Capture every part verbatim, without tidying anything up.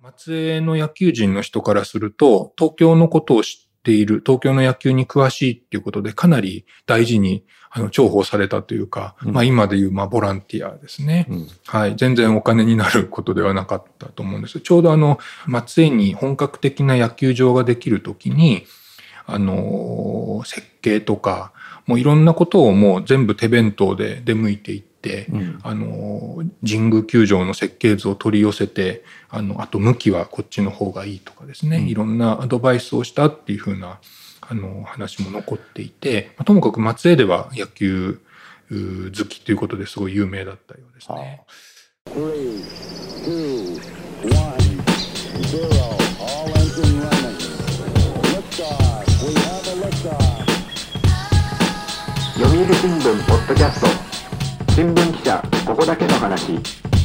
松江の野球人の人からすると、東京のことを知っている、東京の野球に詳しいっていうことで、かなり大事にあの重宝されたというか、うん、まあ今でいうまあボランティアですね、うん。はい。全然お金になることではなかったと思うんです。ちょうどあの、松江に本格的な野球場ができるときに、あの、設計とか、もういろんなことをもう全部手弁当で出向いていって、うん、あの神宮球場の設計図を取り寄せて、あのあと向きはこっちの方がいいとかですね、うん、いろんなアドバイスをしたっていうふうなあの話も残っていて、ともかく松江では野球好きということですごい有名だったようですね。 読売新聞ポッドキャスト、新聞記者ここだけの話。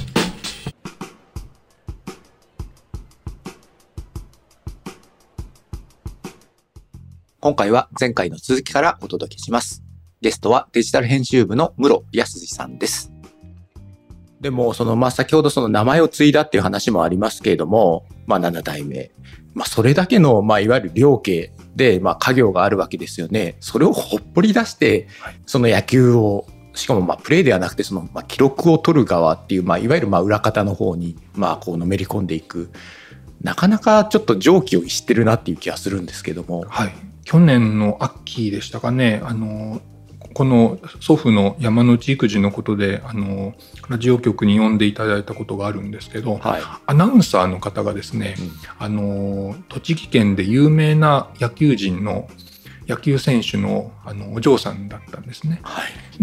今回は前回の続きからお届けします。ゲストはデジタル編集部の室康さんです。でもそのまあ先ほどその名前を継いだっていう話もありますけれども、まあなな代目、まあそれだけのまあいわゆる領家でまあ家業があるわけですよね。それをほっぽり出してその野球を、しかもまあプレーではなくてそのまあ記録を取る側っていう、まあいわゆるまあ裏方の方にまあこうのめり込んでいく、なかなかちょっと常軌を逸してるなっていう気がするんですけども。 はい。去年の秋でしたかね、あのこの祖父の山内育児のことであのラジオ局に呼んでいただいたことがあるんですけど、はい、アナウンサーの方がですね、うん、あの栃木県で有名な野球人の野球選手 の, あのお嬢さんだったんですね。はい、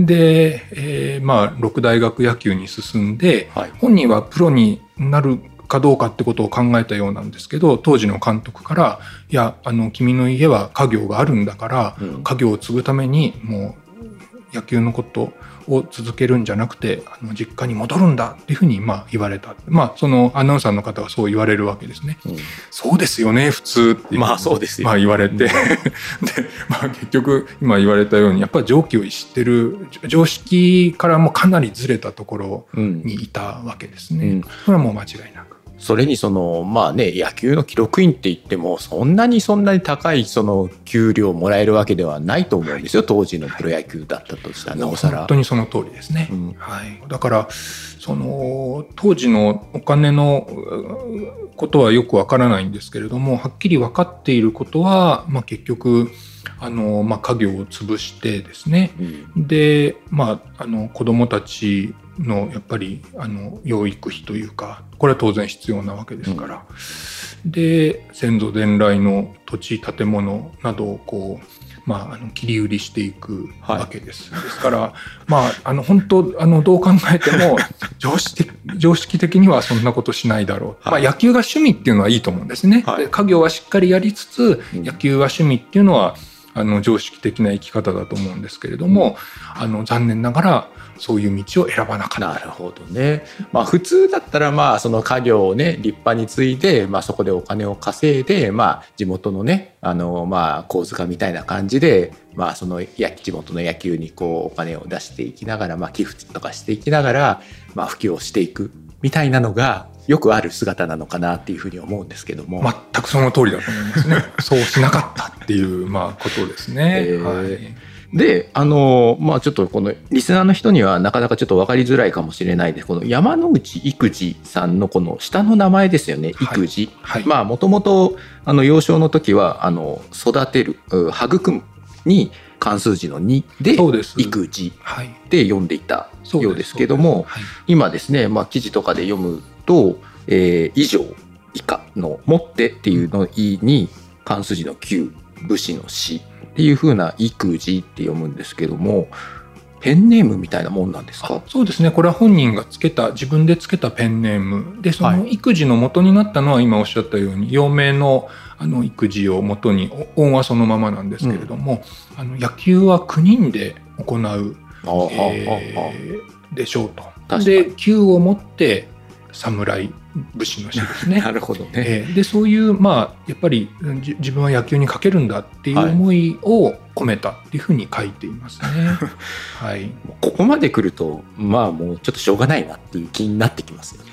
で、えー、まあ六大学野球に進んで、はい、本人はプロになるかどうかってことを考えたようなんですけど、当時の監督から「いや、あの君の家は家業があるんだから、うん、家業を継ぐためにもう野球のことを続けるんじゃなくて、あの実家に戻るんだ」っていうふうにまあ言われた。まあそのアナウンサーの方がそう言われるわけですね。うん、そうですよね普通ってまあそうですよ、 まあ、言われて、うん、で、まあ、結局今言われたようにやっぱり常軌を逸してる、常識からもかなりずれたところにいたわけですね。うん、それはもう間違いなく。 それにそのまあね、野球の記録員って言ってもそんなにそんなに高いその給料をもらえるわけではないと思うんですよ、はい、当時のプロ野球だったとしたらなおさら。 本当にその通りですね。うん、はい、だからその当時のお金のことはよくわからないんですけれども、はっきり分かっていることは、まあ、結局あの、まあ、家業を潰してですね、うん、で、まあ、あの子どもたちのやっぱりあの養育費というか、これは当然必要なわけですから、うん、で先祖伝来の土地建物などをこう、まあ、あの切り売りしていくわけです。はい、ですから、まあ、あの本当あのどう考えても常識常識的にはそんなことしないだろう。はい、まあ、野球が趣味っていうのはいいと思うんですね。はい、で家業はしっかりやりつつ、野球は趣味っていうのはあの常識的な生き方だと思うんですけれども、うん、あの残念ながらそういう道を選ばなかった。 なるほどね。まあ普通だったらまあその家業をね立派に継いで、まあそこでお金を稼いで、まあ地元のねあのまあ神塚みたいな感じで、まあその地元の野球にこうお金を出していきながら、まあ寄付とかしていきながら、まあ普及をしていくみたいなのがよくある姿なのかなっていうふうに思うんですけども。 全くその通りだと思いますね。そうしなかったっていうまあことですね。えーはい、 で、あのまあちょっとこのリスナーの人にはなかなかちょっと分かりづらいかもしれないです。この山内育児さんのこの下の名前ですよね。育児。はいはい、まあもともとあの幼少の時はあの育てる、育むに漢数字のにで育児で読んでいたようですけども、はい、今ですね、まあ記事とかで読むと、えー、以上以下の持ってっていうのいに漢数字のきゅう、武士の士っていう風な育児って読むんですけども、ペンネームみたいなもんなんですか？ そうですね。これは本人がつけた、自分でつけたペンネームで、その育児の元になったのは今おっしゃったように幼名のあの育児を元に、音はそのままなんですけれども、うん、あの野球はきゅうにんで行う、えー、でしょうと。できゅうを持って侍武士の士ですね。 なるほどね。 えー、でそういうまあやっぱり自分は野球にかけるんだっていう思いを込めたっていうふうに書いていますね。はい。 ここまで来るとまあもうちょっとしょうがないなっていう気になってきますよね。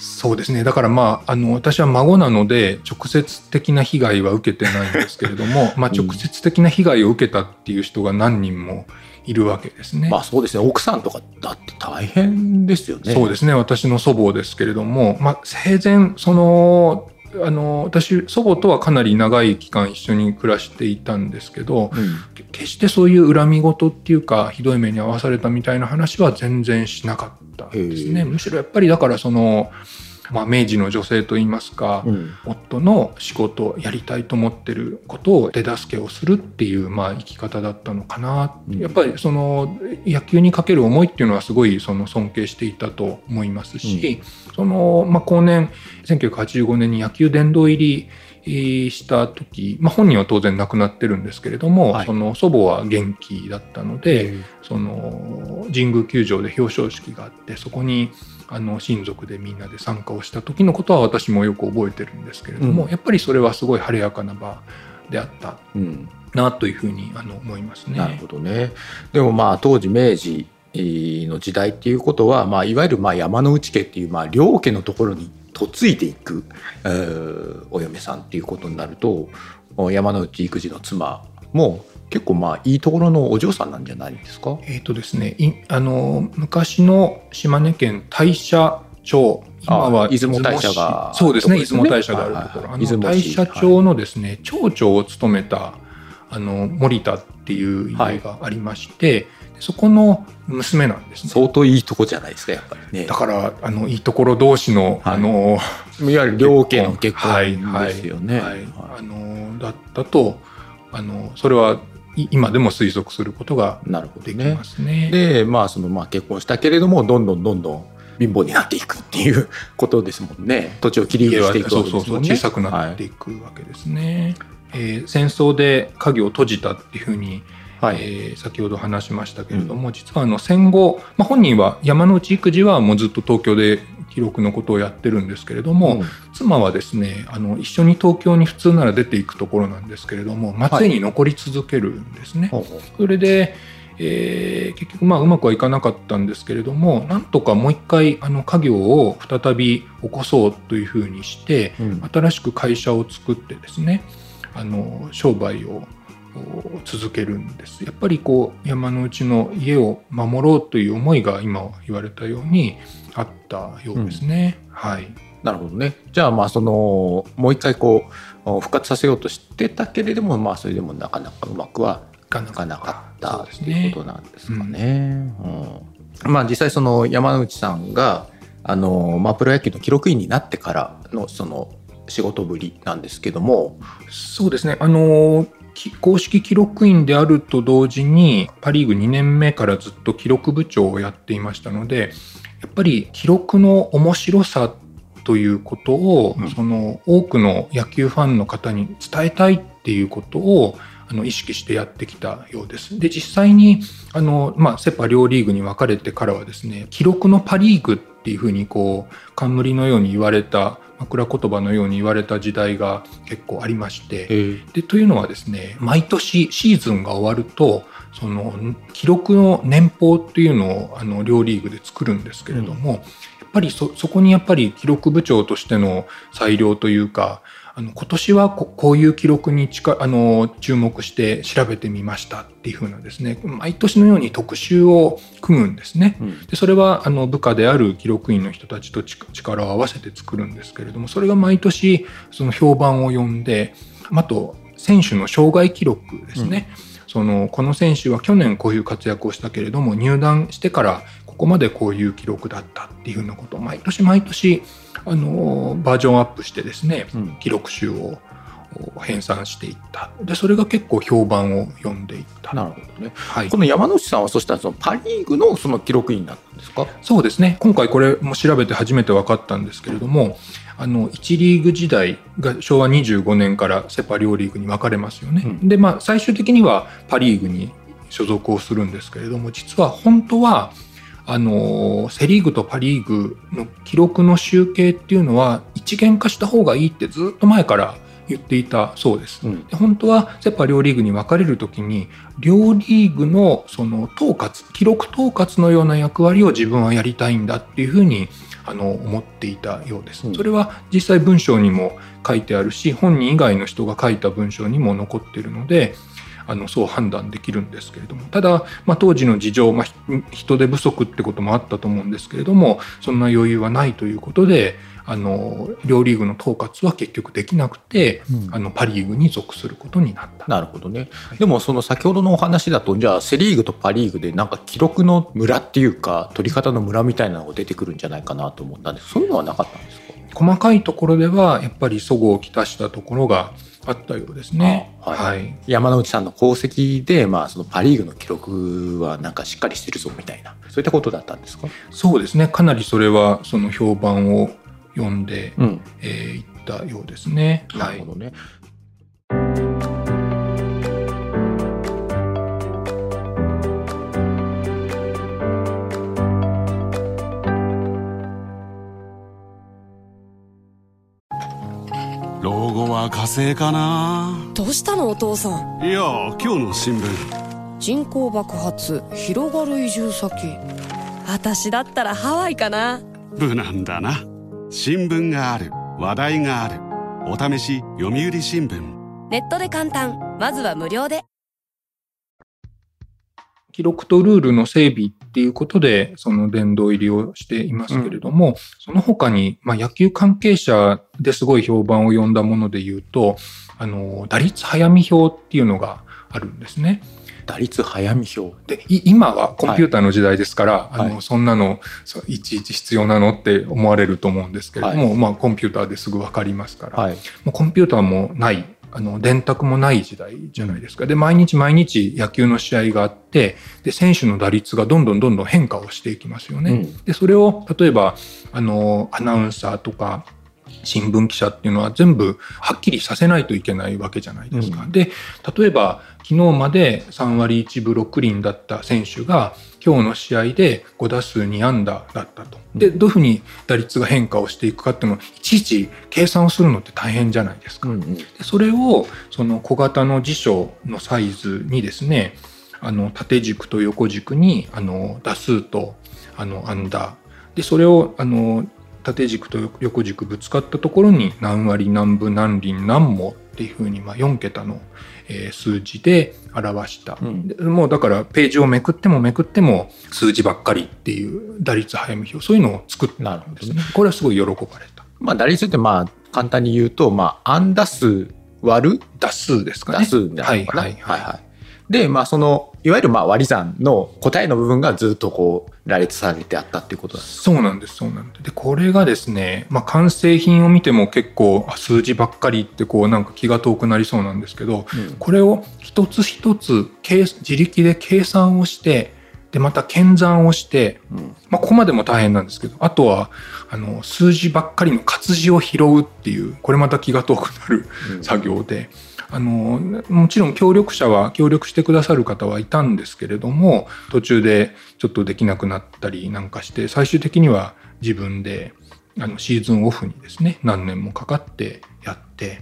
そうですね。だからまあ、あの、私は孫なので、直接的な被害は受けてないんですけれども、まあ、直接的な被害を受けたっていう人が何人もいるわけですね。 まあそうですね。奥さんとかだって大変ですよね。 そうですね。私の祖母ですけれども、まあ、生前、その、あの私祖母とはかなり長い期間一緒に暮らしていたんですけど、うん、決してそういう恨み事っていうかひどい目に遭わされたみたいな話は全然しなかったですね。むしろやっぱりだからその、まあ、明治の女性といいますか、うん、夫の仕事やりたいと思ってることを手助けをするっていう、まあ、生き方だったのかな、うん、やっぱりその野球にかける思いっていうのはすごいその尊敬していたと思いますし、うん、その、まあ、後年せんきゅうひゃくはちじゅうごねんに野球殿堂入りした時、まあ、本人は当然亡くなってるんですけれども、はい、その祖母は元気だったので、その神宮球場で表彰式があってそこにあの親族でみんなで参加をした時のことは私もよく覚えてるんですけれども、うん、やっぱりそれはすごい晴れやかな場であったなというふうにあの思いますね。 なるほどね。でもまあ当時明治の時代っていうことは、まあ、いわゆるまあ山之内家っていうまあ両家のところに嫁いでいく、えー、お嫁さんっていうことになると山之内育児の妻も結構まあいいところのお嬢さんなんじゃないですか。 えーとですね、いあの昔の島根県大社町、今は出雲大社がそうですね、出雲大社があるところ、あの大社町のですね、はい、町長を務めたあの森田っていう家がありまして、はい、そこの娘なんですね。 相当いいとこじゃないですかやっぱりね。 だからあのいいところ同士の、はい、あのいわゆる両家の結婚ですよね。 はいはいはい、あのだったとあのそれは今でも推測することができますね。 で、まあそのまあ結婚したけれどもどんどんどんどん貧乏になっていくっていうことですもんね。土地を切り売りしていくわけですもんね。 そうそうそう、小さくなっていくわけですね。はい、えー、戦争で家業を閉じたっていうふうに、はい、えー、先ほど話しましたけれども、うん、実はあの戦後、まあ、本人は山之内育児はもうずっと東京で記録のことをやってるんですけれども、うん、妻はですねあの一緒に東京に普通なら出ていくところなんですけれども松江に残り続けるんですね。はい、それで、えー、結局まあうまくはいかなかったんですけれどもなんとかもう一回あの家業を再び起こそうというふうにして、うん、新しく会社を作ってですねあの商売を続けるんです。やっぱりこう山の内の家を守ろうという思いが今言われたようにあったようですね。うん、はい。 なるほどね。じゃあまあそのもう一回こう復活させようとしてたけれども、まあそれでもなかなかうまくはいかなかったということなんですかね。うん、まあ実際その山之内さんがあのまあプロ野球の記録員になってからのその仕事ぶりなんですけども、 そうですね。あの公式記録員であると同時にパ・リーグにねんめからずっと記録部長をやっていましたのでやっぱり記録の面白さということを、うん、その多くの野球ファンの方に伝えたいっていうことをあの意識してやってきたようです。で実際にあの、まあ、セ・パ両リーグに分かれてからはですね記録のパ・リーグっていうふうにこう冠のように言われた枕言葉のように言われた時代が結構ありまして、でというのはですね毎年シーズンが終わるとその記録の年俸っていうのをあの両リーグで作るんですけれども、うん、やっぱり そ, そこにやっぱり記録部長としての裁量というかあの今年は こ, こういう記録に近あの注目して調べてみましたっていう風なですね毎年のように特集を組むんですね。うん、でそれはあの部下である記録員の人たちと力を合わせて作るんですけれどもそれが毎年その評判を呼んであと選手の生涯記録ですね、うん、そのこの選手は去年こういう活躍をしたけれども入団してからここまでこういう記録だったっていうようなことを毎年毎年あのバージョンアップしてですね、うん、記録集を編纂していった。でそれが結構評判を呼んでいった。 なるほどね。はい、この山之内さんはそしたらそのパ・リーグのその記録員だったんですか？ そうですね。今回これも調べて初めて分かったんですけれどもあのいちリーグ時代がしょうわにじゅうごねんからセ・パ両リーグに分かれますよね。うん、でまあ最終的にはパ・リーグに所属をするんですけれども実は本当はあのセ・リーグとパ・リーグの記録の集計っていうのは一元化した方がいいってずっと前から言っていたそうです。うん、で本当はセ・パ両リーグに分かれるときに両リーグのその統括記録統括のような役割を自分はやりたいんだっていうふうにあの思っていたようです。それは実際文章にも書いてあるし、本人以外の人が書いた文章にも残っているので、あのそう判断できるんですけれども、ただ、まあ、当時の事情、まあ、人手不足ってこともあったと思うんですけれども、そんな余裕はないということで、あの両リーグの統括は結局できなくて、うん、あのパ・リーグに属することになった。 なるほどね。はい、でもその先ほどのお話だと、じゃあセ・リーグとパ・リーグでなんか記録の村っていうか取り方の村みたいなのが出てくるんじゃないかなと思ったんです。そういうのはなかったんですか？ 細かいところではやっぱり齟齬をきたしたところがあったようですね。 はいはい、山之内さんの功績で、まあ、そのパ・リーグの記録はなんかしっかりしてるぞみたいな、そういったことだったんですか？ そうですね。かなりそれはその評判を読んで、うんえー、いったようですね。 なるほどね。 老後は火星かな。 どうしたのお父さん。 いや今日の新聞、 人口爆発広がる移住先。私だったらハワイかな。 無難だな。新聞がある、話題がある。お試し読売新聞。 ネットで簡単、まずは無料で。 記録とルールの整備っていうことでその殿堂入りをしていますけれども、うん、その他に、まあ、野球関係者ですごい評判を呼んだもので言うと、あの打率早見表っていうのがあるんですね。 打率早見表で、今はコンピューターの時代ですから、はい、あのそんなのいちいち必要なのって思われると思うんですけれども、はいまあ、コンピューターですぐ分かりますから、はい、もうコンピューターもないあの電卓もない時代じゃないですか。で毎日毎日野球の試合があって、で選手の打率がどんどんどんどん変化をしていきますよね。うん、でそれを例えばあのアナウンサーとか新聞記者っていうのは全部はっきりさせないといけないわけじゃないですか。うん、で例えば昨日までさんわりいちぶろくりんだった選手が今日の試合でごだすうにあんだだったと。でどういうふうに打率が変化をしていくかっていうのをいちいち計算をするのって大変じゃないですか。うんうん、でそれをその小型の辞書のサイズにですね、あの縦軸と横軸にあの打数とあのアンダーで、それをあの縦軸と横軸ぶつかったところに何割何分何厘何もっていうふうにまあよんけたの数字で表した、うん、もうだからページをめくってもめくっても数字ばっかりっていう打率早見表、そういうのを作ったんですね。これはすごい喜ばれた。 まあ、打率ってまあ簡単に言うと、まあ、安打数割る打数ですかね。 打数みたいなのかな。はいはいはい。で、まあ、そのいわゆるまあ割り算の答えの部分がずっとこう羅列されてあったっていうことなんですか？ そうなんですそうなんです。でこれがですね、まあ、完成品を見ても結構あ数字ばっかりってこうなんか気が遠くなりそうなんですけど、うん、これを一つ一つ自力で計算をしてでまた検算をして、うんまあ、ここまでも大変なんですけど、あとはあの数字ばっかりの活字を拾うっていうこれまた気が遠くなる作業で、うん、あのもちろん協力者は協力してくださる方はいたんですけれども、途中でちょっとできなくなったりなんかして最終的には自分であのシーズンオフにですね何年もかかってやって、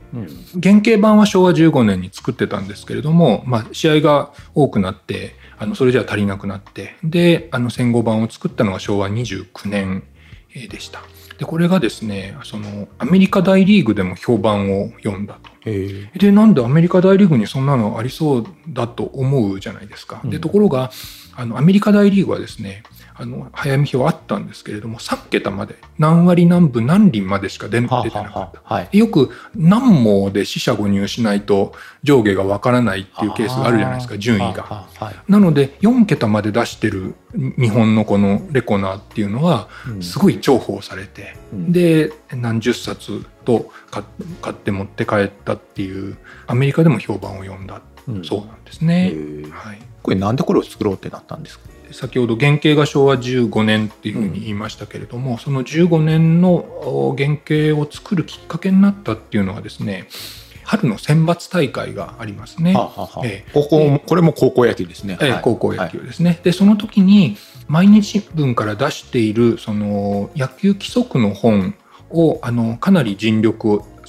うん、原型版はしょうわじゅうごねんに作ってたんですけれども、まあ、試合が多くなってあのそれじゃ足りなくなって、であの戦後版を作ったのがしょうわにじゅうきゅうねんでした。でこれがですねそのアメリカ大リーグでも評判を読んだと。でなんでアメリカ大リーグにそんなのありそうだと思うじゃないですか。でところがあのアメリカ大リーグはですねあの早見表あったんですけれどもさんけたまで何割何分何厘までしか 出, 出てなかった、はははい、よく何網で四捨五入しないと上下がわからないっていうケースがあるじゃないですか、順位が、はははい、なのでよんけたまで出してる日本のこのレコナーっていうのはすごい重宝されて、うん、で何十冊と買って持って帰ったっていうアメリカでも評判を呼んだ、うん、そうなんですね、 はい、これなんでこれを作ろうってなったんですか？ 先ほど原型がしょうわじゅうごねんっていうふうに言いましたけれども、うん、そのじゅうごねんの原型を作るきっかけになったっていうのはですね、春の選抜大会がありますね。はははえー、高校これも高校野球ですね、 えーはい、高校野球ですね、はい、でその時に毎日新聞から出しているその野球規則の本をあのかなり尽力を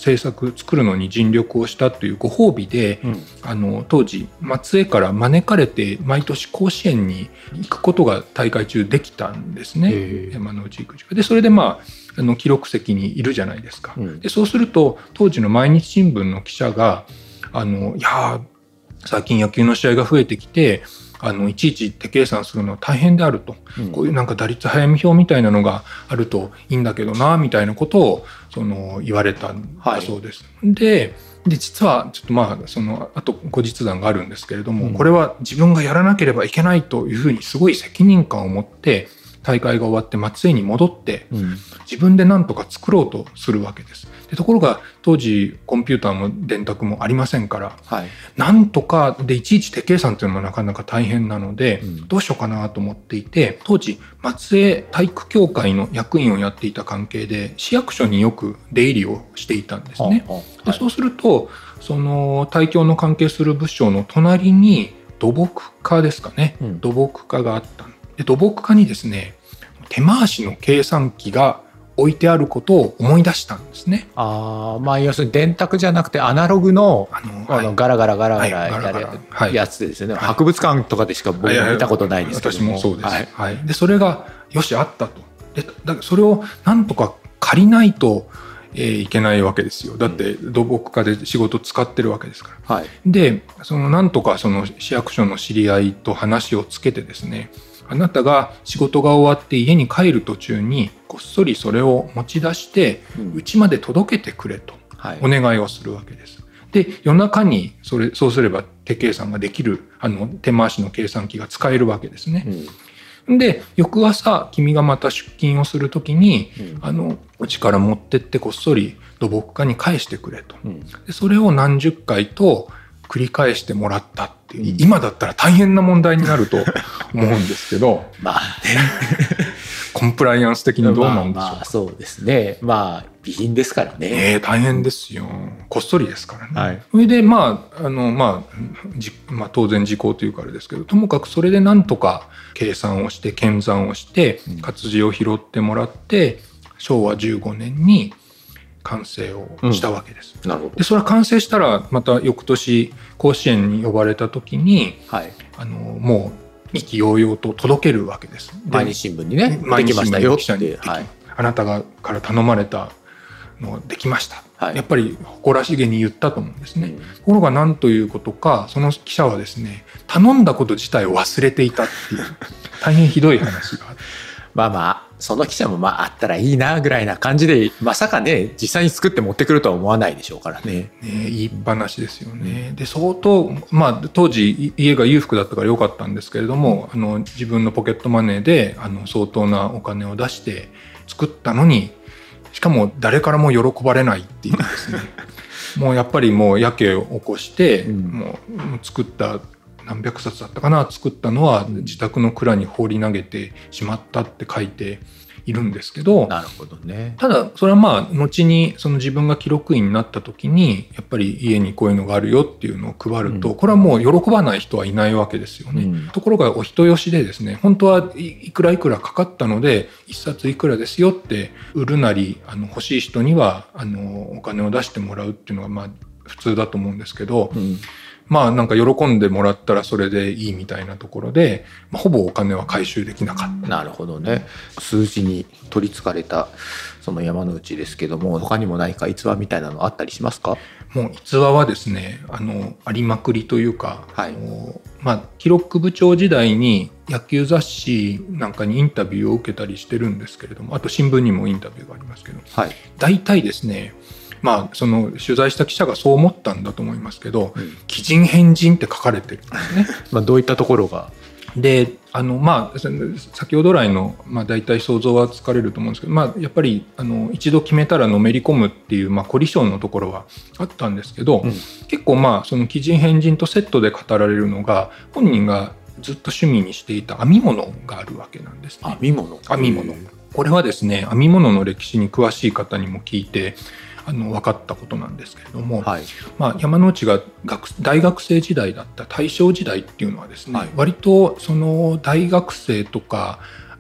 制作作るのに尽力をしたというご褒美で、うん、あの当時松江から招かれて毎年甲子園に行くことが大会中できたんですね、山之内育児が。でそれでまああの記録席にいるじゃないですか、うん、でそうすると当時の毎日新聞の記者があのいや最近野球の試合が増えてきてあのいちいち手計算するのは大変であると、うん、こういうなんか打率早見表みたいなのがあるといいんだけどなみたいなことをその言われたんだそうです、はい、で, で実はちょっとまあそのあと後日談があるんですけれども、うん、これは自分がやらなければいけないというふうにすごい責任感を持って大会が終わって松江に戻って、うん、自分で何とか作ろうとするわけです。でところが当時コンピューターも電卓もありませんから、はい、なんとかでいちいち手計算というのもなかなか大変なので、うん、どうしようかなと思っていて、当時松江体育協会の役員をやっていた関係で市役所によく出入りをしていたんですね。はあはあ、でそうするとその体協の関係する部署の隣に土木課ですかね、うん、土木課があったで土木課にですね手回しの計算機が置いてあることを思い出したんですね。 あまあ要するに電卓じゃなくてアナログのあの、あの、はい、ガラガラガラガラやるやつですよね、はい、博物館とかでしか僕も見たことないですけども、 私もそうです、はいはい、でそれがよしあったと。でだからそれをなんとか借りないと、えー、いけないわけですよ。だって土木課で仕事使ってるわけですから、はい、でそのなんとかその市役所の知り合いと話をつけてですね、あなたが仕事が終わって家に帰る途中にこっそりそれを持ち出して家まで届けてくれとお願いをするわけです。で夜中にそれそうすれば手計算ができるあの手回しの計算機が使えるわけですね。うん、で翌朝君がまた出勤をする時に、うん、あの家から持ってってこっそり土木課に返してくれと。うん、でそれを何十回と繰り返してもらったっていう、うん、今だったら大変な問題になると思うんですけどまあねコンプライアンス的にどうなんでしょうか。まあ、まあそうですね。まあ備品ですからね。 ね大変ですよ。こっそりですからね。はい、それでまああの、まあじまあ、当然時効というかあれですけど、ともかくそれでなんとか計算をして検算をして活字を拾ってもらって、うん、しょうわじゅうごねんに完成をしたわけです。うん、なるほど。でそれは完成したらまた翌年甲子園に呼ばれた時に、はい、あのもう意気揚々と届けるわけです。 毎日新聞にねできましたよって、はい、 あなたがから頼まれたのできました、はい、やっぱり誇らしげに言ったと思うんですね。うん、ところが何ということかその記者はですね頼んだこと自体を忘れていたっていう大変ひどい話があってまあまあその記者もまああったらいいなぐらいな感じでまさかね実際に作って持ってくるとは思わないでしょうからね。 ね言いっぱなしですよね。うん、で相当まあ当時家が裕福だったから良かったんですけれども、うん、あの自分のポケットマネーであの相当なお金を出して作ったのにしかも誰からも喜ばれないっていうですねもうやっぱりもうやけを起こして、うん、もう作った何百冊だったかな作ったのは自宅の蔵に放り投げてしまったって書いているんですけど、 なるほどね。 ただそれはまあ後にその自分が記録員になった時にやっぱり家にこういうのがあるよっていうのを配ると、うん、これはもう喜ばない人はいないわけですよね。うん、ところがお人よしでですね本当はいくらいくらかかったので一冊いくらですよって売るなりあの欲しい人にはあのお金を出してもらうっていうのがまあ普通だと思うんですけど、うんまあなんか喜んでもらったらそれでいいみたいなところで、まあ、ほぼお金は回収できなかった。 なるほどね。数字に取りつかれたその山之内ですけども他にも何か逸話みたいなのあったりしますか？ もう逸話はですねあのありまくりというか、はい、あのまあ、記録部長時代に野球雑誌なんかにインタビューを受けたりしてるんですけれどもあと新聞にもインタビューがありますけど、はい、大体ですねまあ、その取材した記者がそう思ったんだと思いますけど、うん、奇人変人って書かれてるんですね。 まあどういったところがであの、まあ、先ほど来の、まあ、大体想像はつかれると思うんですけど、まあ、やっぱりあの一度決めたらのめり込むっていう、まあ、凝り性のところはあったんですけど、うん、結構まあその奇人変人とセットで語られるのが本人がずっと趣味にしていた編み物があるわけなんですね。 編み物編み物これはですね編み物の歴史に詳しい方にも聞いてあの分かったことなんですけれども、はいまあ、山之内が学大学生時代だった大正時代っていうのはですね、はい、割とその大学生とか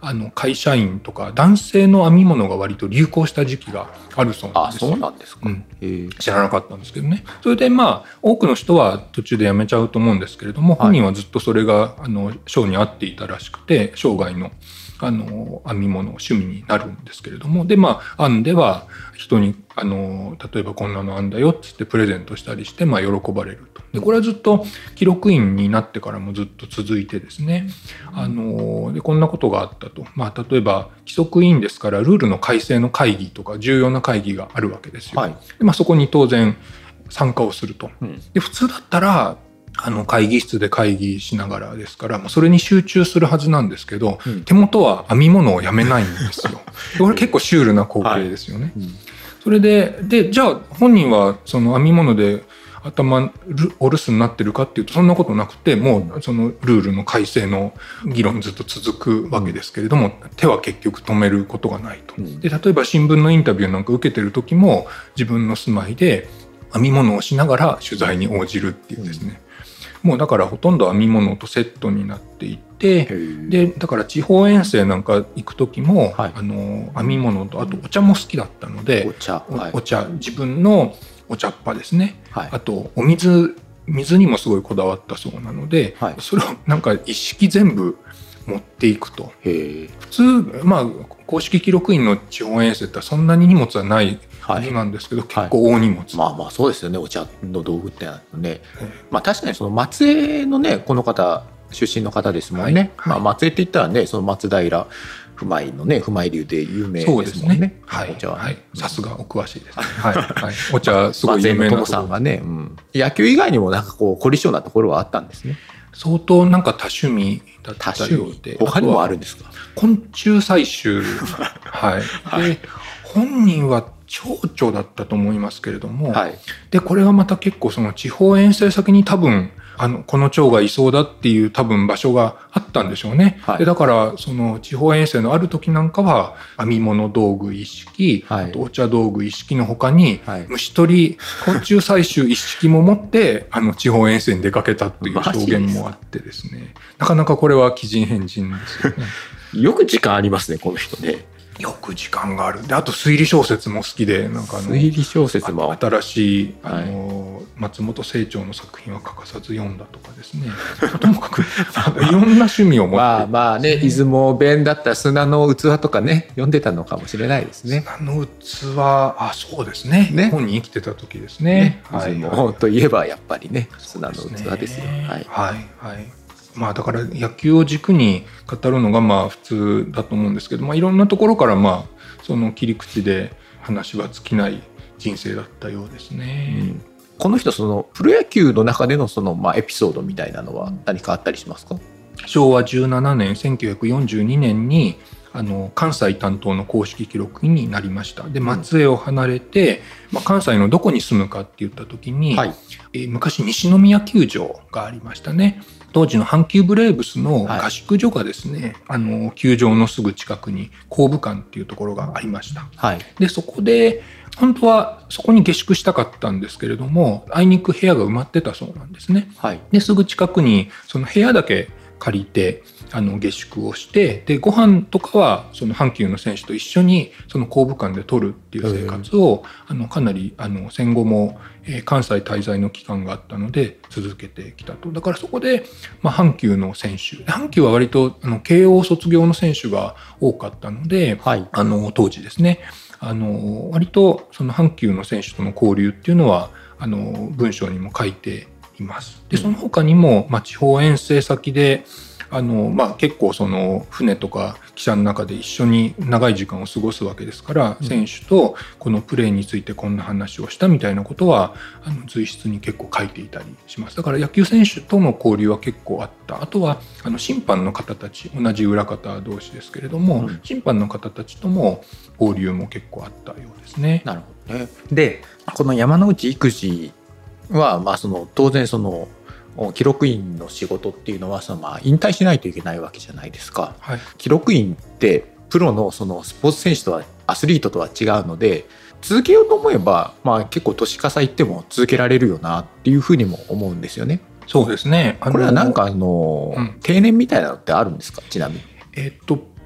あの会社員とか男性の編み物が割と流行した時期があるそうなんですよ。 あ、そうなんですか、うん、 へ知らなかったんですけどね。それでまあ多くの人は途中で辞めちゃうと思うんですけれども、本人はずっとそれがあの性に合っていたらしくて、生涯のあの編み物趣味になるんですけれども、でまあ編んでは人にあの例えばこんなの編んだよっつってプレゼントしたりして、まあ、喜ばれると。でこれはずっと記録員になってからもずっと続いてですね、あのでこんなことがあったと、まあ、例えば規則委員ですからルールの改正の会議とか重要な会議があるわけですよ、はい。でまあ、そこに当然参加をすると。で普通だったらあの会議室で会議しながらですから、まあ、それに集中するはずなんですけど、うん、手元は編み物をやめないんですよ。これ結構シュールな光景ですよね、はい。うん、それででじゃあ本人はその編み物で頭お留守になってるかっていうとそんなことなくて、もうそのルールの改正の議論ずっと続くわけですけれども、うん、手は結局止めることがないと。で例えば新聞のインタビューなんか受けてる時も自分の住まいで編み物をしながら取材に応じるっていうですね、うん、もうだからほとんど編み物とセットになっていて、でだから地方遠征なんか行く時も、はい、あの編み物とあとお茶も好きだったので、 お茶、はい、 お, お茶自分のお茶っ葉ですね、はい、あとお水水にもすごいこだわったそうなので、はい、それをなんか一式全部持っていくと。へ普通まあ公式記録員の地方遠征ってそんなに荷物はないはずなんですけど、はい、結構大荷物、はい、 まあまあそうですよね、お茶の道具ってのはね、まあ確かにその松江のねこの方出身の方ですもんね、はいはい、まあ、松江って言ったらねその松平不昧のね不昧流で有名ですもんね。そうですね、 はい、お茶は、はい、さすがお詳しいですね、はいはい、お茶すごい有名なところさんがね、うん、野球以外にもなんかこう凝り性なところはあったんですね。 相当なんか多趣味だったようで、 他にもあるんですか。 昆虫採集はい、はい、で本人は蝶々だったと思いますけれども、はい、でこれがまた結構その地方遠征先に多分あのこの蝶がいそうだっていう多分場所があったんでしょうね、はい、でだからその地方遠征のある時なんかは編み物道具一式、はい、あとお茶道具一式の他に、はい、虫取り昆虫採集一式も持ってあの地方遠征に出かけたっていう証言もあってですね、なかなかこれは奇人変人ですよね。 よく時間ありますねこの人ね。 よく時間がある。であと推理小説も好きで、なんかあの推理小説も新しいあの、はい、松本清張の作品は欠かさず読んだとかですね。ともかくいろんな趣味を持って、 まあまあね、出雲弁だったら砂の器とかね読んでたのかもしれないですね。 砂の器、あ、そうですね。ね、日本に生きてた時ですね。 ね、はい、出雲といえばやっぱりね砂の器ですよ。はいはいはい。まあ、だから野球を軸に語るのがまあ普通だと思うんですけど、まあ、いろんなところからまあその切り口で話は尽きない人生だったようですね、うん、 この人そのプロ野球の中でのそのまあエピソードみたいなのは何かあったりしますか。 しょうわじゅうななねんせんきゅうひゃくよんじゅうにねんにあの関西担当の公式記録員になりました。で松江を離れて、まあ、関西のどこに住むかって言った時に、はい、えー、昔西宮球場がありましたね。当時の阪急ブレーブスの合宿所がですね、はい、あの球場のすぐ近くに工部館っていうところがありました、はい、でそこで本当はそこに下宿したかったんですけれども、あいにく部屋が埋まってたそうなんですね、はい、ですぐ近くにその部屋だけ借りてあの下宿をして、でご飯とかはその阪急の選手と一緒にその工部館で取るっていう生活をあのかなりあの戦後も、えー、関西滞在の期間があったので続けてきたと。だからそこで、まあ、阪急の選手、阪急は割とあの慶応卒業の選手が多かったので、はい、あの当時ですね、あの割とその阪急の選手との交流っていうのはあの文章にも書いています。でその他にも、まあ、地方遠征先であの、まあ、結構その船とか汽車の中で一緒に長い時間を過ごすわけですから、うん、選手とこのプレーについてこんな話をしたみたいなことはあの随筆に結構書いていたりします。だから野球選手との交流は結構あった。あとはあの審判の方たち、同じ裏方同士ですけれども、うん、審判の方たちとも交流も結構あったようですね。 なるほどね。でこの山内育児は、まあ、その当然その記録員の仕事っていうのはそのまあ引退しないといけないわけじゃないですか、はい、記録員ってプロのそのスポーツ選手とはアスリートとは違うので続けようと思えば、まあ、結構年かさいっても続けられるよなっていうふうにも思うんですよね。 そうですね。 これはなんかあの、うん、定年みたいなのってあるんですか。ちなみにえっと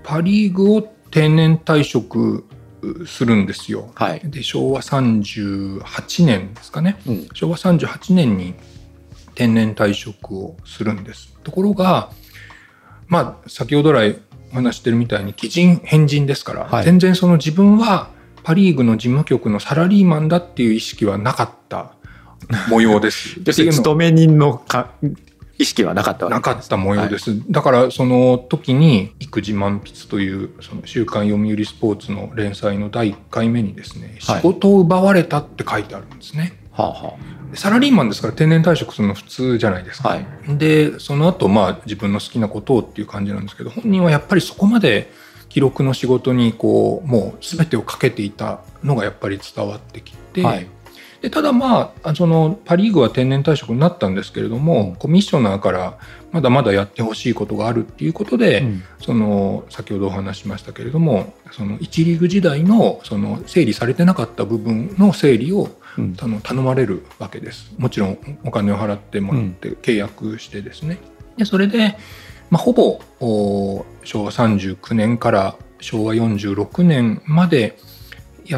パ・リーグを定年退職するんですよ、 はい、 でしょうわさんじゅうはちねんですかね、うん、しょうわさんじゅうはちねんに定年退職をするんです。ところが、まあ、先ほど来お話してるみたいに奇人変人ですから、はい、全然その自分はパ・リーグの事務局のサラリーマンだっていう意識はなかった模様です。 要するに勤め人のか意識はなかったわけです。 なかった模様です、はい、だからその時に育児満筆というその週刊読売スポーツの連載のだいいっかいめにですね、はい、仕事を奪われたって書いてあるんですね、はあはあ、サラリーマンですから定年退職するの普通じゃないですか、はい、でその後まあ自分の好きなことをっていう感じなんですけど、本人はやっぱりそこまで記録の仕事にこうもう全てをかけていたのがやっぱり伝わってきて、はい、でただまあそのパ・リーグは定年退職になったんですけれども、うん、コミッショナーからまだまだやってほしいことがあるっていうことで、うん、その先ほどお話ししましたけれども、そのいちリーグ時代のその整理されてなかった部分の整理を、うん、あの頼まれるわけです。もちろんお金を払ってもらって契約してですね、うん、でそれで、まあ、ほぼしょうわさんじゅうきゅうねんからしょうわよんじゅうろくねんまでやって、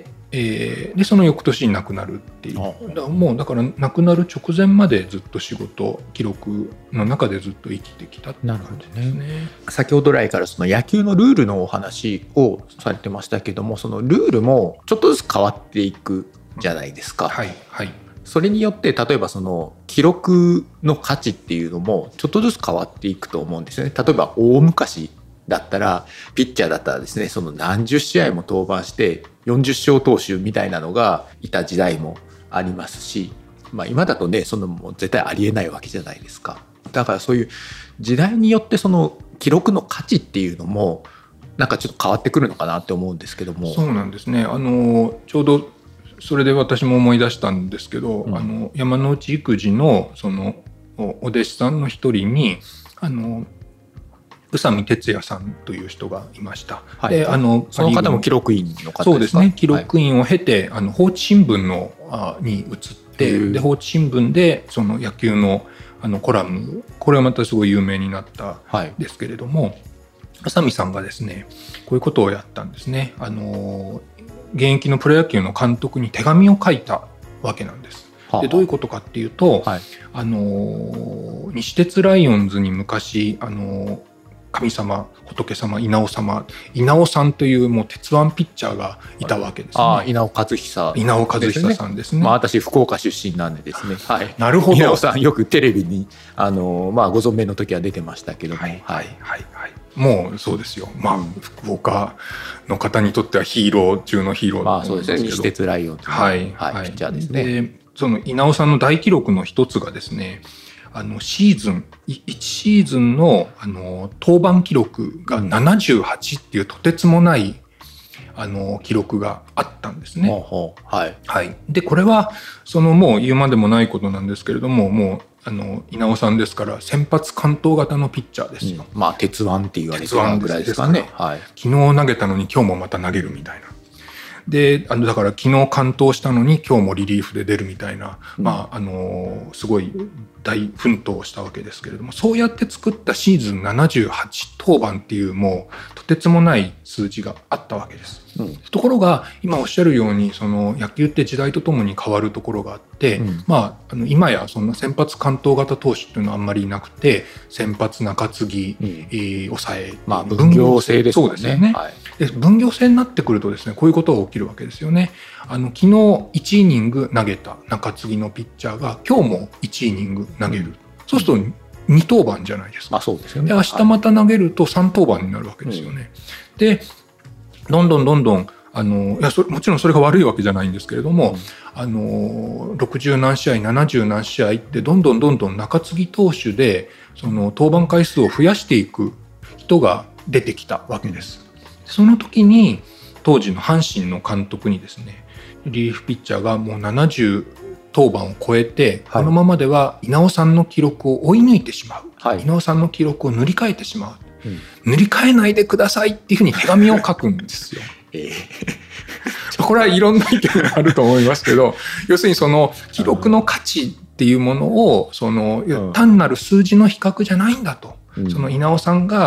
えー、でその翌年に亡くなるっていう、だもうだから亡くなる直前までずっと仕事記録の中でずっと生きてきたって感じですね。 先ほど来からその野球のルールのお話をされてましたけども、そのルールもちょっとずつ変わっていくじゃないですか、うん、はいはい、それによって例えばその記録の価値っていうのもちょっとずつ変わっていくと思うんですよね。例えば大昔だったらピッチャーだったらですね、その何十試合も登板してよんじゅっしょう投手みたいなのがいた時代もありますし、まあ、今だとねそのもう絶対ありえないわけじゃないですか。だからそういう時代によってその記録の価値っていうのもなんかちょっと変わってくるのかなって思うんですけども。 そうなんですね。あのちょうどそれで私も思い出したんですけど、うん、あの山内育児のそのお弟子さんの一人にあの宇佐美哲也さんという人がいました、 はい、であのその方も記録員の方ですか。そうですね、記録員を経て、はい、あの放置新聞のあに移ってで放置新聞でその野球のあのコラム、これはまたすごい有名になったんですけれども、はい、宇佐美さんがですねこういうことをやったんですね。あの現役のプロ野球の監督に手紙を書いたわけなんです。でどういうことかっていうと、はい、あの西鉄ライオンズに昔あの神様仏様稲尾様稲尾さんというもう鉄腕ピッチャーがいたわけですね。 ああ、稲尾和久、 稲尾和久さんですね。 まあ、私福岡出身なんでですね、はい、 なるほど。 稲尾さんよくテレビにあの、まあ、ご存命の時は出てましたけども、 はいはいはいはい、もうそうですよ、まあ、福岡の方にとってはヒーロー中のヒーローだと思うんですけど、まあ、そうですね、 西鉄ライオンズの、はいはいはい、ピッチャーですね。 でその稲尾さんの大記録の一つがですね、あのシーズンいちシーズン の, あの登板記録がななじゅうはちっていうとてつもないあの記録があったんですね。はいはい、でこれはそのもう言うまでもないことなんですけれども、もうあの稲尾さんですから先発完投型のピッチャーですよ、 うん、まあ鉄腕って言われてるぐらいですかね。はい、 昨日投げたのに今日もまた投げるみたいな。であのだから昨日完投したのに今日もリリーフで出るみたいな、うん、まああのすごい大奮闘をしたわけですけれども、そうやって作ったシーズンななじゅうはち登板っていうもうとてつもない数字があったわけです、うん、ところが今おっしゃるようにその野球って時代とともに変わるところがあって、うん、まあ、あの今やそんな先発完投型投手っていうのはあんまりいなくて、先発中継ぎ、うん、えー、抑え、 まあ、分業制ですよね。そうですね、 はい、で分業制になってくるとですね、こういうことが起きるわけですよね。あの昨日いちイニング投げた中継ぎのピッチャーが今日もいちイニング投げる、うん、そうするとに登板じゃないですか。 あ、そうですよね。 で明日また投げるとさん登板になるわけですよね、うん、でどんどんどんどんあのいやそれもちろんそれが悪いわけじゃないんですけれども、うん、あのろくじゅう何試合ななじゅう何試合ってどんどんどんどん中継ぎ投手でその登板回数を増やしていく人が出てきたわけです。その時に当時の阪神の監督にですね、リリーフピッチャーがもうななじゅう登板を超えて、はい、このままでは稲尾さんの記録を追い抜いてしまう、はい、稲尾さんの記録を塗り替えてしまう、うん、塗り替えないでくださいっていうふうに手紙を書くんですよ。えー、これはいろんな意見があると思いますけど、要するにその記録の価値っていうものをその、うん、単なる数字の比較じゃないんだと、うん、その稲尾さんが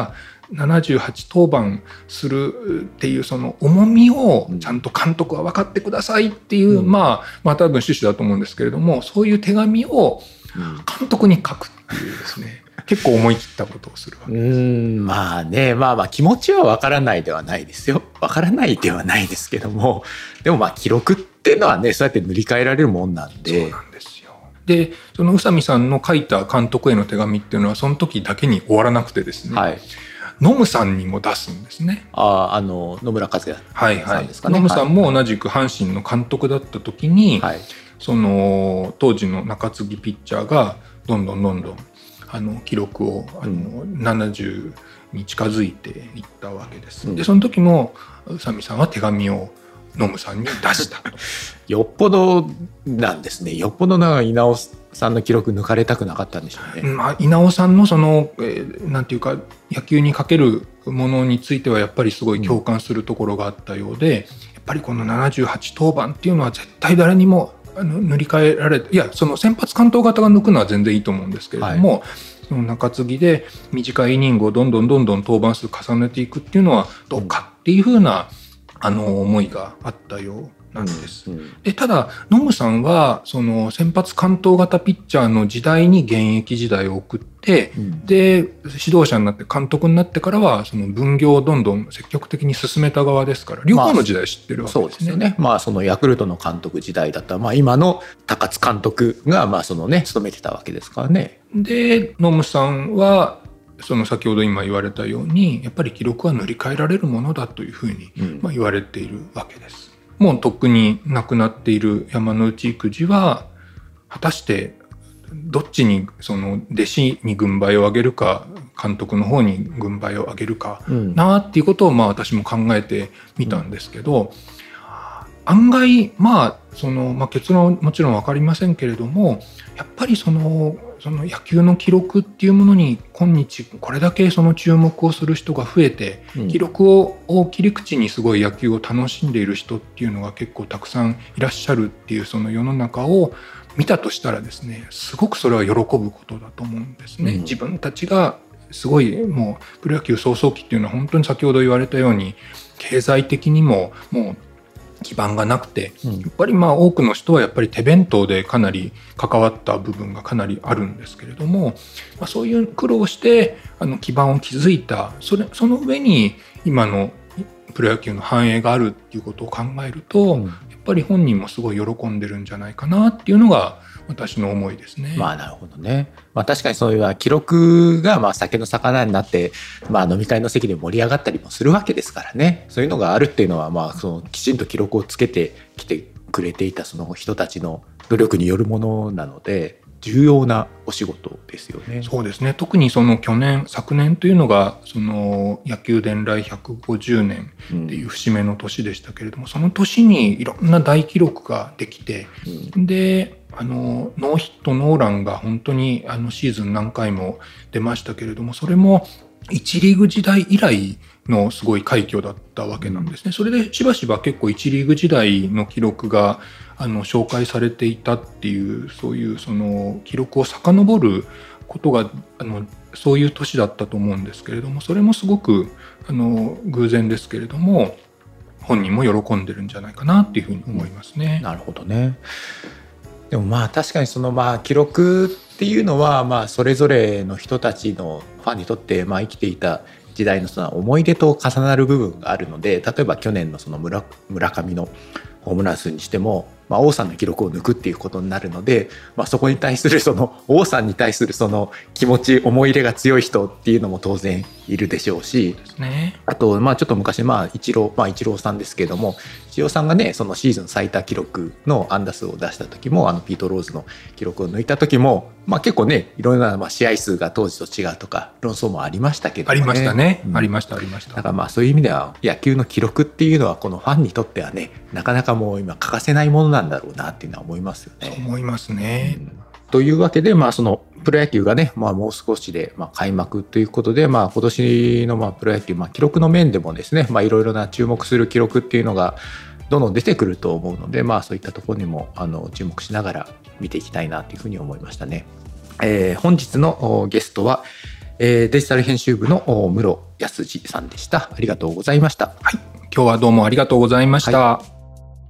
ななじゅうはち登板するっていうその重みをちゃんと監督は分かってくださいっていう、うん、まあまあ多分趣旨だと思うんですけれども、そういう手紙を監督に書くっていうですね、うん、結構思い切ったことをするわけです。 うーん、まあね、まあまあ気持ちは分からないではないですよ。分からないではないですけども、でもまあ記録っていうのはね、そうやって塗り替えられるもんなんで。 そうなんですよ。で、その宇佐美さんの書いた監督への手紙っていうのはその時だけに終わらなくてですね、はい、ノムさんにも出すんですね。 ああ、あの野村克也さんですかね。 ノムさんも同じく阪神の監督だった時に、はい、その当時の中継ぎピッチャーがどんどんどんどんあの記録をあの、うん、ななじゅうに近づいていったわけです。うん、でその時も宇佐美さんは手紙をノムさんに出したと。 よっぽどなんですね。よっぽどな稲尾さんの記録抜かれたくなかったんでしょうね。 まあ、稲尾さんのその、えー、なんていうか野球にかけるものについてはやっぱりすごい共感するところがあったようで、うん、やっぱりこのななじゅうはち登板っていうのは絶対誰にもあの塗り替えられて、いやその先発完投型が抜くのは全然いいと思うんですけれども、はい、その中継ぎで短いイニングをどんどんどんどん登板数重ねていくっていうのはどうかっていうふうな、うん、あの思いがあったようなんです。うんうん、でただノムさんはその先発完投型ピッチャーの時代に現役時代を送って、うん、で指導者になって監督になってからはその分業をどんどん積極的に進めた側ですから両方の時代知ってるわけですね。まあ、そうですよね。 まあそのヤクルトの監督時代だったら、まあ、今の高津監督がまあそのね務めてたわけですからね。 でノムさんはその先ほど今言われたようにやっぱり記録は塗り替えられるものだというふうに、うんまあ、言われているわけです。もうとっくに亡くなっている山内育児は果たしてどっちにその弟子に軍配を上げるか監督の方に軍配を上げるかなっていうことをまあ私も考えてみたんですけど、案外まあそのまあ結論はもちろん分かりませんけれども、やっぱりそのその野球の記録っていうものに今日これだけその注目をする人が増えて、うん、記録をを切り口にすごい野球を楽しんでいる人っていうのが結構たくさんいらっしゃるっていうその世の中を見たとしたらですね、すごくそれは喜ぶことだと思うんですね。うん、自分たちがすごいもうプロ野球草創期っていうのは本当に先ほど言われたように経済的にももう基盤がなくて、やっぱりまあ多くの人はやっぱり手弁当でかなり関わった部分がかなりあるんですけれども、まあ、そういう苦労してあの基盤を築いた、それその上に今のプロ野球の繁栄があるっていうことを考えると、うん、やっぱり本人もすごい喜んでるんじゃないかなっていうのが私の思いですね。 まあなるほどね。まあ確かにそういう記録がまあ酒の魚になって、まあ飲み会の席で盛り上がったりもするわけですからね。そういうのがあるっていうのはまあそのきちんと記録をつけてきてくれていたその人たちの努力によるものなので、重要なお仕事ですよね。 そうですね。特にその去年昨年というのがその野球伝来ひゃくごじゅうねんっていう節目の年でしたけれども、うん、その年にいろんな大記録ができて、うん、であのノーヒットノーランが本当にあのシーズン何回も出ましたけれども、それもいちリーグ時代以来のすごい快挙だったわけなんですね。それでしばしば結構いちリーグ時代の記録があの紹介されていたっていう、そういうその記録を遡ることがあのそういう年だったと思うんですけれども、それもすごくあの偶然ですけれども本人も喜んでるんじゃないかなっていうふうに思いますね。 うん、なるほどね。でもまあ確かにそのまあ記録っていうのはまあそれぞれの人たちのファンにとってまあ生きていた時代のその思い出と重なる部分があるので、例えば去年のその 村, 村上のホームラン数にしても、まあ、王さんの記録を抜くっていうことになるので、まあ、そこに対するその王さんに対するその気持ち思い入れが強い人っていうのも当然いるでしょうし、 ですね、 あとまあちょっと昔まあイチロー、まあ、イチローさんですけども、イチローさんがねそのシーズン最多記録の安打数を出した時も、あのピート・ローズの記録を抜いた時も、まあ、結構ねいろんなまあ試合数が当時と違うとか論争もありましたけどね。 ありましたね、うん、ありましたありました。 だからまあそういう意味では野球の記録っていうのはこのファンにとってはねなかなかもう今欠かせないものなんだろうなっていうのは思いますよね。 そう思いますね。うん、 というわけで、まあ、そのプロ野球がね、まあ、もう少しでまあ開幕ということで、まあ、今年のまあプロ野球、まあ、記録の面でもですね、まあ、いろいろな注目する記録っていうのがどんどん出てくると思うので、まあ、そういったところにもあの注目しながら見ていきたいなというふうに思いましたね。えー、本日のゲストは、えー、デジタル編集部の室康二さんでした。ありがとうございました。 はい、今日はどうもありがとうございました。はい、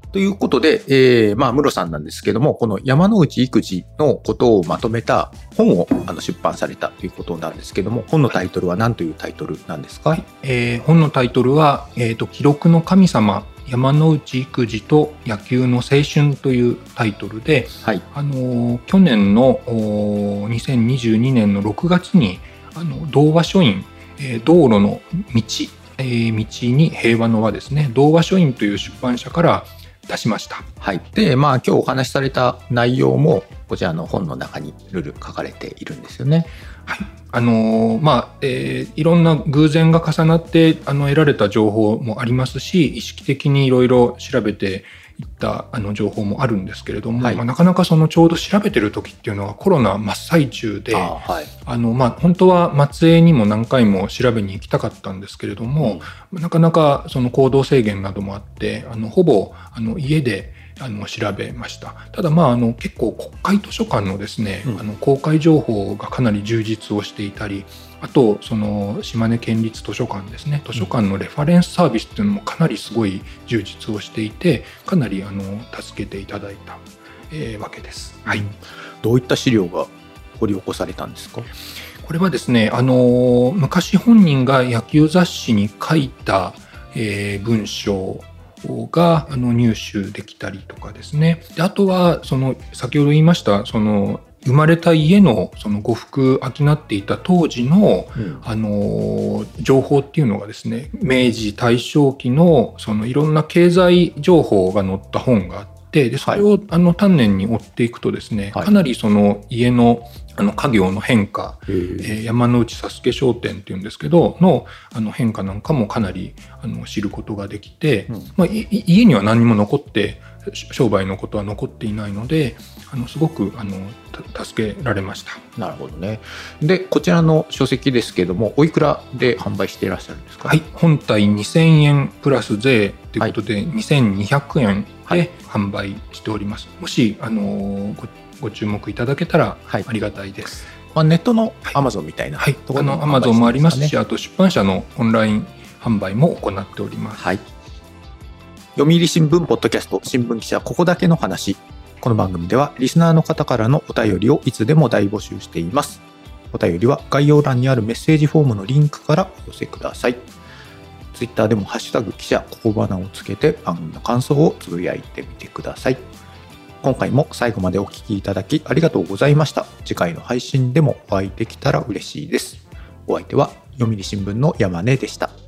ということで、えー、まあ室さんなんですけども、この山内育児のことをまとめた本をあの出版されたということなんですけども、本のタイトルは何というタイトルなんですか？はい、 えー、本のタイトルは、えーと、記録の神様山内育児と野球の青春というタイトルで、はい、あの去年のにせんにじゅうにねんのろくがつにあの童話書院、えー、道路の道、えー、道に平和の輪ですね、童話書院という出版社から出しました。 はい、でまあ今日お話しされた内容もこちらの本の中にルール書かれているんですよね。 はい、あのー、まあ、えー、いろんな偶然が重なってあの得られた情報もありますし、意識的にいろいろ調べていったあの情報もあるんですけれども、はい、まあ、なかなかそのちょうど調べてる時っていうのはコロナ真っ最中で、あ、はい、あのまあ、本当は松江にも何回も調べに行きたかったんですけれども、うん、なかなかその行動制限などもあってあのほぼあの家であの調べました。ただ、まあ、あの結構国会図書館のですね、うん、あの公開情報がかなり充実をしていたり、あとその島根県立図書館ですね、図書館のレファレンスサービスっていうのもかなりすごい充実をしていて、かなりあの助けていただいた、えー、わけです。はい、 どういった資料が掘り起こされたんですか？ これはですね、あの昔本人が野球雑誌に書いた、えー、文章があの入手できたりとかですね。で、あとはその先ほど言いましたその生まれた家のその呉服商っていた当時の、うん、あの情報っていうのがですね、明治大正期のそのいろんな経済情報が載った本があって、でそれをあの丹念に追っていくとですね、はい、かなりその家のあの家業の変化、えー、山内佐助商店っていうんですけどのあの変化なんかもかなりあの知ることができて、うん、まあ、い家には何も残って商売のことは残っていないので、あのすごくあの助けられました。 なるほどね。でこちらの書籍ですけども、おいくらで販売していらっしゃるんですか？ はい、本体にせんえんプラス税ということで、はい、にせんにひゃくえんで販売しております。はい、もしあのごご注目いただけたらありがたいです。 はい、まあ、ネットのアマゾンみたいなところのアマゾンもありますし、あと出版社のオンライン販売も行っております。 はい、読売新聞ポッドキャスト新聞記者ここだけの話。この番組ではリスナーの方からのお便りをいつでも大募集しています。お便りは概要欄にあるメッセージフォームのリンクからお寄せください。ツイッターでもハッシュタグ記者ここばなをつけて番組の感想をつぶやいてみてください。今回も最後までお聞きいただきありがとうございました。次回の配信でもお会いできたら嬉しいです。お相手は読売新聞の山根でした。